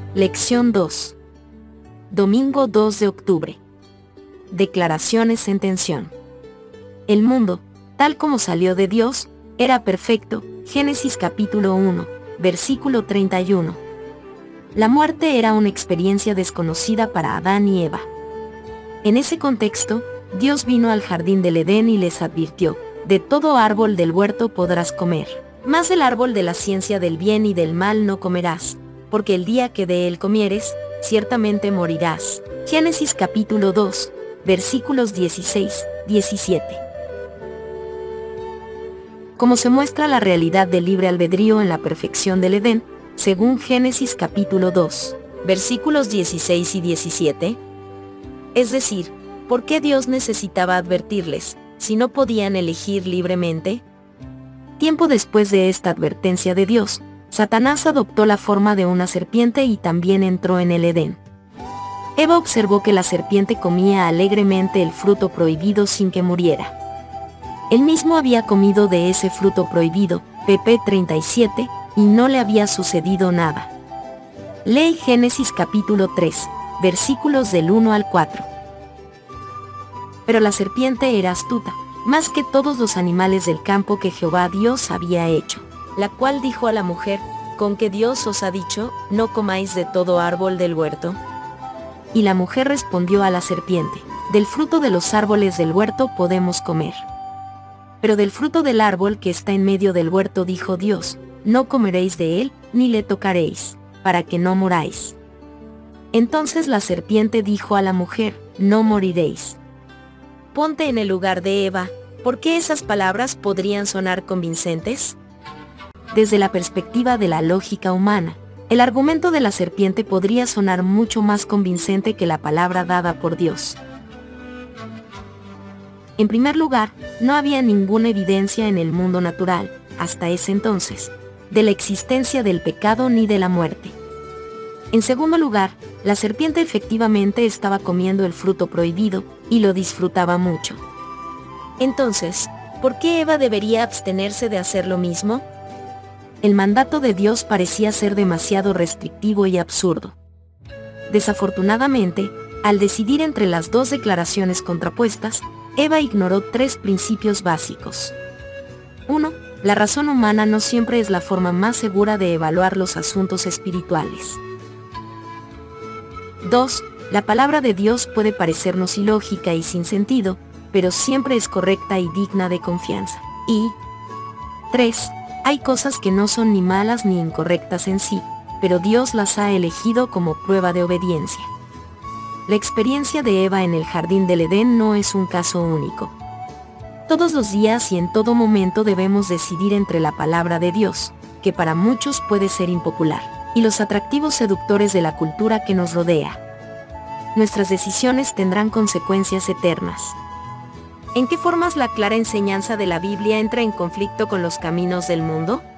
Lección 2. Domingo 2 de octubre. Declaraciones en tensión. El mundo, tal como salió de Dios, era perfecto. Génesis capítulo 1, versículo 31. La muerte era una experiencia desconocida para Adán y Eva. En ese contexto, Dios vino al jardín del Edén y les advirtió: de todo árbol del huerto podrás comer, mas del árbol de la ciencia del bien y del mal no comerás, porque el día que de él comieres, ciertamente morirás. Génesis capítulo 2, versículos 16, 17. Como se muestra la realidad del libre albedrío en la perfección del Edén, según Génesis capítulo 2, versículos 16 y 17. Es decir, ¿por qué Dios necesitaba advertirles, si no podían elegir libremente? Tiempo después de esta advertencia de Dios, Satanás adoptó la forma de una serpiente y también entró en el Edén. Eva observó que la serpiente comía alegremente el fruto prohibido sin que muriera. Él mismo había comido de ese fruto prohibido, pp 37, y no le había sucedido nada. Lee Génesis capítulo 3, versículos del 1 al 4. Pero la serpiente era astuta, más que todos los animales del campo que Jehová Dios había hecho, la cual dijo a la mujer: ¿con qué Dios os ha dicho, no comáis de todo árbol del huerto? Y la mujer respondió a la serpiente: del fruto de los árboles del huerto podemos comer. Pero del fruto del árbol que está en medio del huerto dijo Dios: no comeréis de él, ni le tocaréis, para que no moráis. Entonces la serpiente dijo a la mujer: no moriréis. Ponte en el lugar de Eva. ¿Por qué esas palabras podrían sonar convincentes? Desde la perspectiva de la lógica humana, el argumento de la serpiente podría sonar mucho más convincente que la palabra dada por Dios. En primer lugar, no había ninguna evidencia en el mundo natural, hasta ese entonces, de la existencia del pecado ni de la muerte. En segundo lugar, la serpiente efectivamente estaba comiendo el fruto prohibido, y lo disfrutaba mucho. Entonces, ¿por qué Eva debería abstenerse de hacer lo mismo? El mandato de Dios parecía ser demasiado restrictivo y absurdo. Desafortunadamente, al decidir entre las dos declaraciones contrapuestas, Eva ignoró tres principios básicos. 1. La razón humana no siempre es la forma más segura de evaluar los asuntos espirituales. 2. La palabra de Dios puede parecernos ilógica y sin sentido, pero siempre es correcta y digna de confianza. Y 3. Hay cosas que no son ni malas ni incorrectas en sí, pero Dios las ha elegido como prueba de obediencia. La experiencia de Eva en el jardín del Edén no es un caso único. Todos los días y en todo momento debemos decidir entre la palabra de Dios, que para muchos puede ser impopular, y los atractivos seductores de la cultura que nos rodea. Nuestras decisiones tendrán consecuencias eternas. ¿En qué formas la clara enseñanza de la Biblia entra en conflicto con los caminos del mundo?